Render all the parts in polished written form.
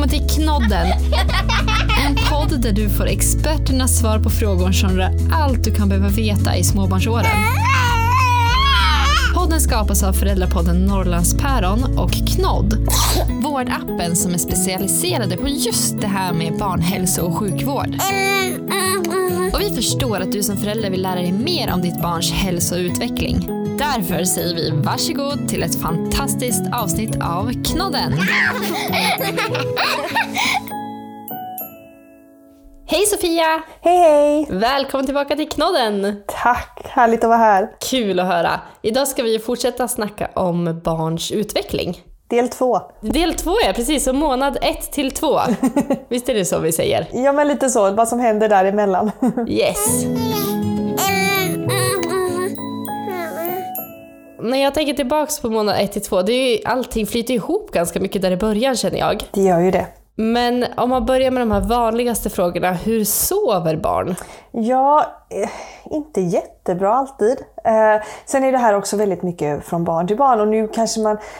välkommen till Knodden. En podd där du får experternas svar på frågor som rör allt du kan behöva veta i småbarnsåren. Podden skapas av föräldrapodden Norrlandspäron och Knodd, vårdappen som är specialiserade på just det här med barnhälso- och sjukvård. Och vi förstår att du som förälder vill lära dig mer om ditt barns hälsa och utveckling. Därför säger vi varsågod till ett fantastiskt avsnitt av Knodden. Hej Sofia! Hej! Välkommen tillbaka till Knodden! Tack, härligt att vara här. Kul att höra. Idag ska vi fortsätta snacka om barns utveckling. Del 2. Del 2 är precis, så månad 1 till 2. Visst är det så vi säger? Ja, men lite så, vad som händer däremellan. Yes! När jag tänker tillbaka på månad 1 till 2, det är ju, allting flyter ihop ganska mycket där i början känner jag. Det gör ju det. Men om man börjar med de här vanligaste frågorna, hur sover barn? Ja, inte jättebra alltid. Sen är det här också väldigt mycket från barn till barn. Och nu kanske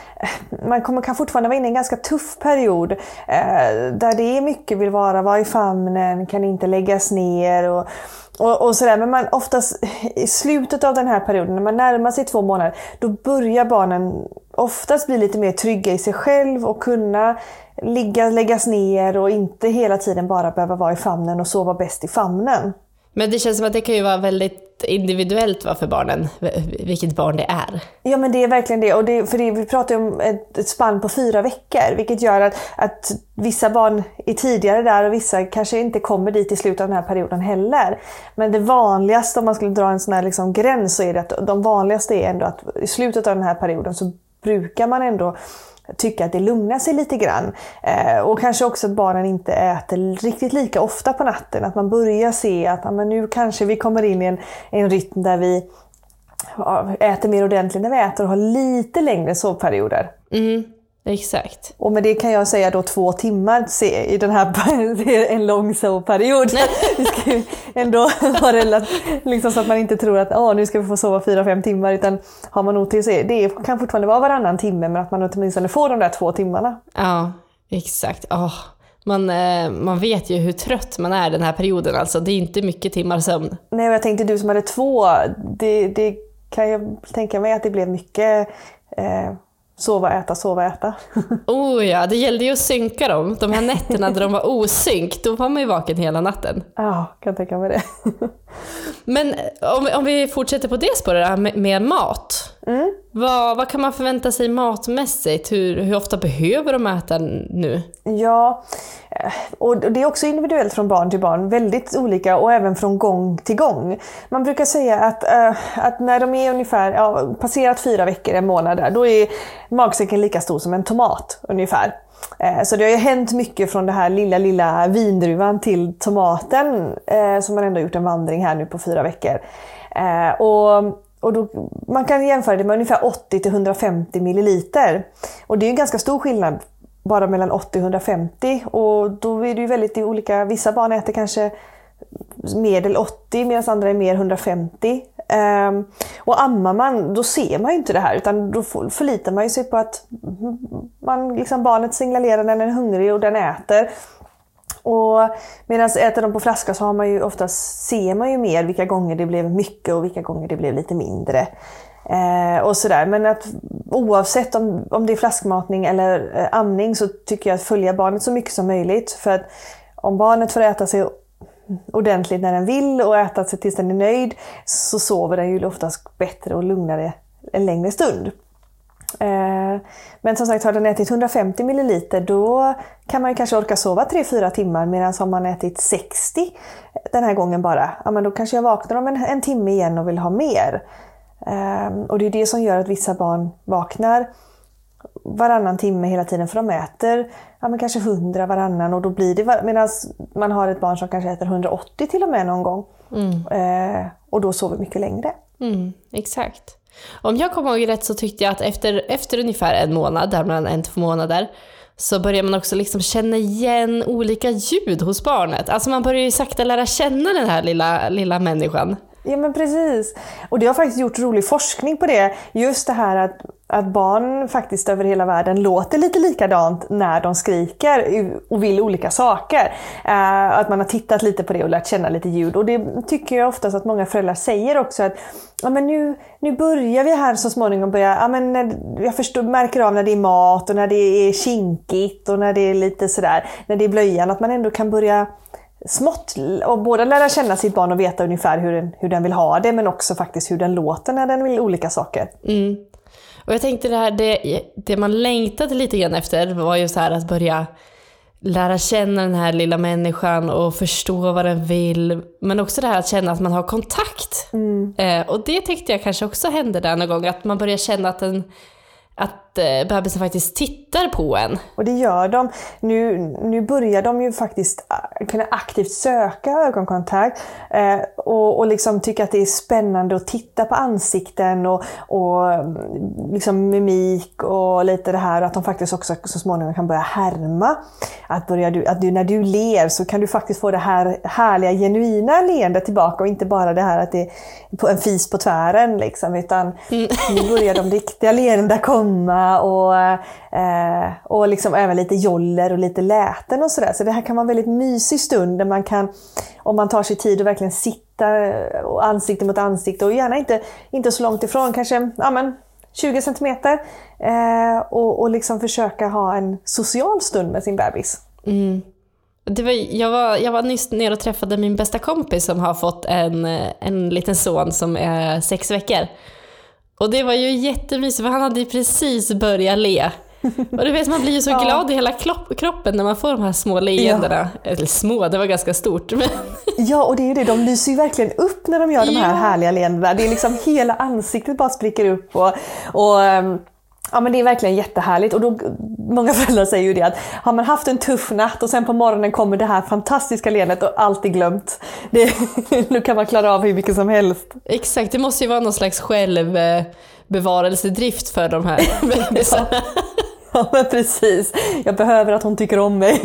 kan fortfarande vara inne i en ganska tuff period. Där det är mycket vill vara i famnen, kan inte läggas ner och sådär. Men man oftast i slutet av den här perioden, när man närmar sig 2 månader, då börjar barnen oftast bli lite mer trygga i sig själv och kunna läggas ner och inte hela tiden bara behöva vara i famnen och sova bäst i famnen. Men det känns som att det kan ju vara väldigt individuellt för barnen, vilket barn det är. Ja, men det är verkligen det. Och vi pratar ju om ett spann på 4 veckor, vilket gör att vissa barn är tidigare där och vissa kanske inte kommer dit i slutet av den här perioden heller. Men det vanligaste, om man skulle dra en sån här liksom gräns, så är det att de vanligaste är ändå att i slutet av den här perioden så brukar man ändå tycka att det lugnar sig lite grann. Och kanske också att barnen inte äter riktigt lika ofta på natten. Att man börjar se att nu kanske vi kommer in i en rytm där vi äter mer ordentligt när vi äter och har lite längre sovperioder. Mm, exakt. Och med det kan jag säga då 2 timmar i den här en lång sovperiod. Vi ska ju ändå vara liksom så att man inte tror att nu ska vi få sova 4-5 timmar, utan har man otur så det kan fortfarande vara varannan timme, men att man åtminstone får de där 2 timmarna. Ja, exakt. Man vet ju hur trött man är den här perioden, alltså det är inte mycket timmar sömn. Nej, jag tänkte du som hade 2, det kan jag tänka mig att det blev mycket sova, äta. Ja, det gällde ju att synka dem. De här nätterna där de var osynk, då var man ju vaken hela natten. Ja, kan tänka mig det. Men om vi fortsätter på det spåret med mat. Mm. Vad kan man förvänta sig matmässigt? Hur ofta behöver de äta nu? Ja, och det är också individuellt från barn till barn. Väldigt olika, och även från gång till gång. Man brukar säga att när de är ungefär passerat 4 veckor, en månad där, då är magsäcken lika stor som en tomat ungefär. Så det har ju hänt mycket från det här lilla vindruvan till tomaten, som man ändå gjort en vandring här nu på 4 veckor. Och då, man kan jämföra det med ungefär 80-150 milliliter. Och det är ju en ganska stor skillnad bara mellan 80 och 150. Och då är det ju väldigt olika. Vissa barn äter kanske medel 80 medan andra är mer 150. Och ammar man, då ser man ju inte det här, utan då förlitar man ju sig på att barnet signalerar när den är hungrig och den äter. Och medan äter de på flaska så har man ju oftast, ser man ju mer vilka gånger det blev mycket och vilka gånger det blev lite mindre. Och sådär. Men att oavsett om det är flaskmatning eller amning, så tycker jag att följa barnet så mycket som möjligt. För att om barnet får äta sig ordentligt när den vill och äta sig tills den är nöjd, så sover den ju oftast bättre och lugnare en längre stund. Men som sagt, har den ätit 150 milliliter, då kan man ju kanske orka sova 3-4 timmar, medan om man ätit 60 den här gången bara, men då kanske jag vaknar om en timme igen och vill ha mer. Och det är det som gör att vissa barn vaknar varannan timme hela tiden, för de äter kanske 100 varannan, och då blir det, medan man har ett barn som kanske äter 180 till och med någon gång. Och då sover mycket längre. Exakt. Om jag kommer ihåg rätt så tyckte jag att efter ungefär 1 månad, där mellan 1-2 månader, så börjar man också liksom känna igen olika ljud hos barnet. Alltså man börjar ju sakta lära känna den här lilla människan. Ja men precis. Och det har faktiskt gjort rolig forskning på det. Just det här att barn faktiskt över hela världen låter lite likadant när de skriker och vill olika saker. Att man har tittat lite på det och lärt känna lite ljud. Och det tycker jag oftast att många föräldrar säger också att ja, men nu börjar vi här så småningom jag märker av när det är mat och när det är kinkigt och när det är lite sådär, när det är blöjan, att man ändå kan börja smått och både lära känna sitt barn och veta ungefär hur den vill ha det, men också faktiskt hur den låter när den vill olika saker. Mm. Och jag tänkte det man längtade lite grann efter var ju så här att börja lära känna den här lilla människan och förstå vad den vill, men också det här att känna att man har kontakt. Och det tyckte jag kanske också hände där någon gång, att man börjar känna att bebisen faktiskt tittar på en. Och det gör de. Nu börjar de ju faktiskt kunna aktivt söka ögonkontakt och liksom tycka att det är spännande att titta på ansikten och liksom mimik och lite det här, att de faktiskt också så småningom kan börja härma. När du ler så kan du faktiskt få det här härliga genuina leendet tillbaka och inte bara det här att det är en fis på tvären liksom, utan nu börjar de riktiga leenden komma och liksom även lite joller och lite läten och sådär. Så det här kan vara en väldigt mysig stund där man kan, om man tar sig tid och verkligen sitta ansikte mot ansikte och gärna inte så långt ifrån, kanske 20 centimeter och liksom försöka ha en social stund med sin bebis. Mm. Jag var nyss ner och träffade min bästa kompis som har fått en liten son som är 6 veckor. Och det var ju jättemysigt för han hade ju precis börjat le. Och du vet, man blir ju så glad i hela kroppen när man får de här små leendena. Ja. Eller små, det var ganska stort. Men... Ja, och det är ju det. De lyser ju verkligen upp när de gör de här härliga leendena. Det är liksom hela ansiktet bara spricker upp ja, men det är verkligen jättehärligt. Och då, många föräldrar säger ju det att har man haft en tuff natt och sen på morgonen kommer det här fantastiska leendet och allt är glömt. Nu kan man klara av hur mycket som helst. Exakt, det måste ju vara någon slags självbevarelsedrift för de här bebisarna. Ja, men precis. Jag behöver att hon tycker om mig.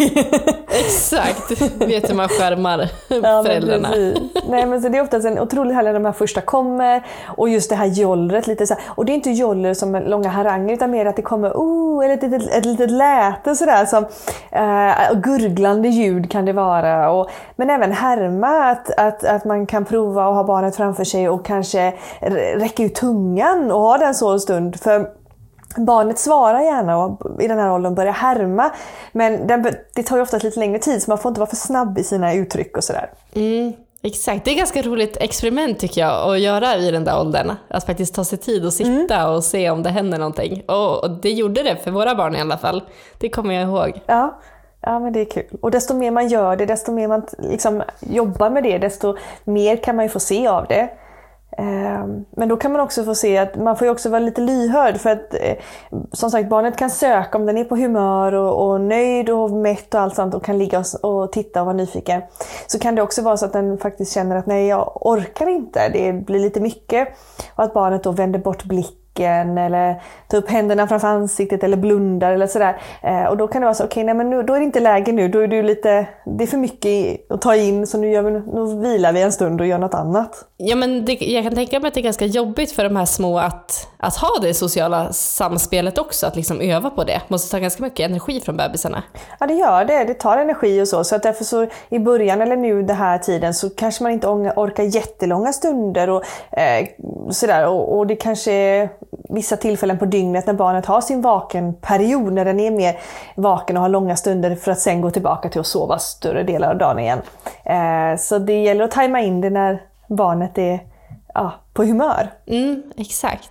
Exakt. Vet hur man skärmar föräldrarna. Nej, men så det är oftast en otroligt härlig när de här första kommer. Och just det här jollret lite så här. Och det är inte joller som långa haranger utan mer att det kommer ett litet läte sådär som gurglande ljud kan det vara. Men även härma, att man kan prova att ha barnet framför sig och kanske räcka ut tungan och ha den så en stund. För barnet svarar gärna och i den här åldern börjar härma, men det tar ju oftast lite längre tid så man får inte vara för snabb i sina uttryck och sådär. Exakt, det är ett ganska roligt experiment tycker jag att göra i den där åldern. Att faktiskt ta sig tid och sitta och se om det händer någonting. Och det gjorde det för våra barn i alla fall. Det kommer jag ihåg. Ja, men det är kul. Och desto mer man gör det, desto mer man liksom jobbar med det, desto mer kan man ju få se av det. Men då kan man också få se att man får ju också vara lite lyhörd för att som sagt barnet kan söka om den är på humör och nöjd och mätt och allt sånt och kan ligga och titta och vara nyfiken. Så kan det också vara så att den faktiskt känner att nej, jag orkar inte, det blir lite mycket och att barnet då vänder bort blicken eller tar upp händerna framför ansiktet eller blundar eller sådär. Och då kan det vara så, okej, nej, men då är det inte läge nu, då är det är för mycket att ta in så nu vilar vi en stund och gör något annat. Ja, men jag kan tänka mig att det är ganska jobbigt för de här små att ha det sociala samspelet också, att liksom öva på det. Måste ta ganska mycket energi från bebisarna. Ja, det gör det. Det tar energi och så att därför så i början eller nu den här tiden så kanske man inte orkar jättelånga stunder och sådär. Och det kanske är vissa tillfällen på dygnet när barnet har sin vakenperiod, när den är mer vaken och har långa stunder för att sen gå tillbaka till att sova större delar av dagen igen. Så det gäller att tajma in det när barnet är på humör. Exakt.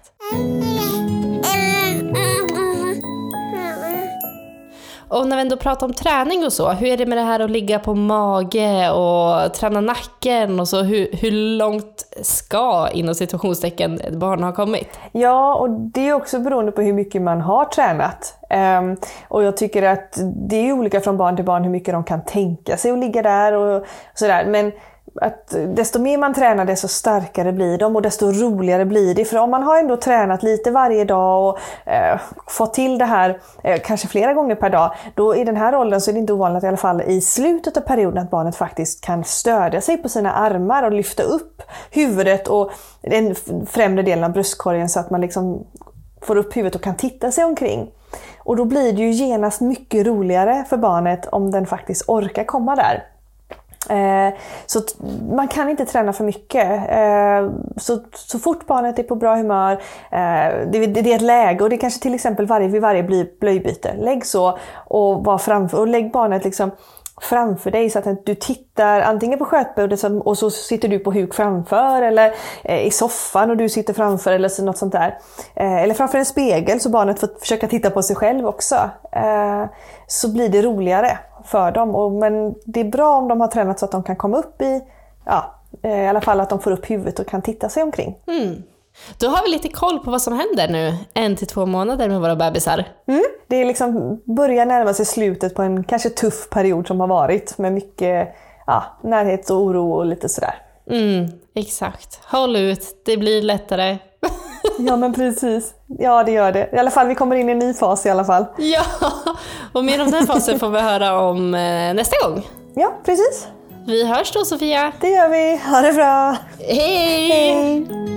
Och när vi ändå pratar om träning och så, hur är det med det här att ligga på mage och träna nacken och så, hur långt ska inom situationstecken ett barn ha kommit? Ja, och det är också beroende på hur mycket man har tränat. Och jag tycker att det är olika från barn till barn hur mycket de kan tänka sig att ligga där och sådär. Men att desto mer man tränar desto starkare blir de och desto roligare blir det. För om man har ändå tränat lite varje dag och fått till det här kanske flera gånger per dag, då i den här åldern så är det inte ovanligt i alla fall i slutet av perioden att barnet faktiskt kan stödja sig på sina armar och lyfta upp huvudet och den främre delen av bröstkorgen så att man liksom får upp huvudet och kan titta sig omkring. Och då blir det ju genast mycket roligare för barnet om den faktiskt orkar komma där. Så man kan inte träna för mycket. Så fort barnet är på bra humör, det är ett läge, och det är kanske till exempel vid varje blöjbyte. Lägg så och var framför, och lägg barnet liksom framför dig så att du tittar antingen på skötbordet och så sitter du på huk framför, eller i soffan och du sitter framför, eller något sånt där. Eller framför en spegel så barnet får försöka titta på sig själv också. Så blir det roligare för dem. Men det är bra om de har tränat så att de kan komma upp i alla fall att de får upp huvudet och kan titta sig omkring. Då har vi lite koll på vad som händer nu 1 till 2 månader med våra bebisar. Det är liksom börjar närma sig slutet på en kanske tuff period som har varit med mycket närhet och oro och lite sådär. Exakt. Håll ut, det blir lättare. Ja, men precis. Ja, det gör det. I alla fall, vi kommer in i en ny fas i alla fall. Ja, och mer om den fasen får vi höra om nästa gång. Ja, precis. Vi hörs då, Sofia. Det gör vi. Ha det bra. Hej!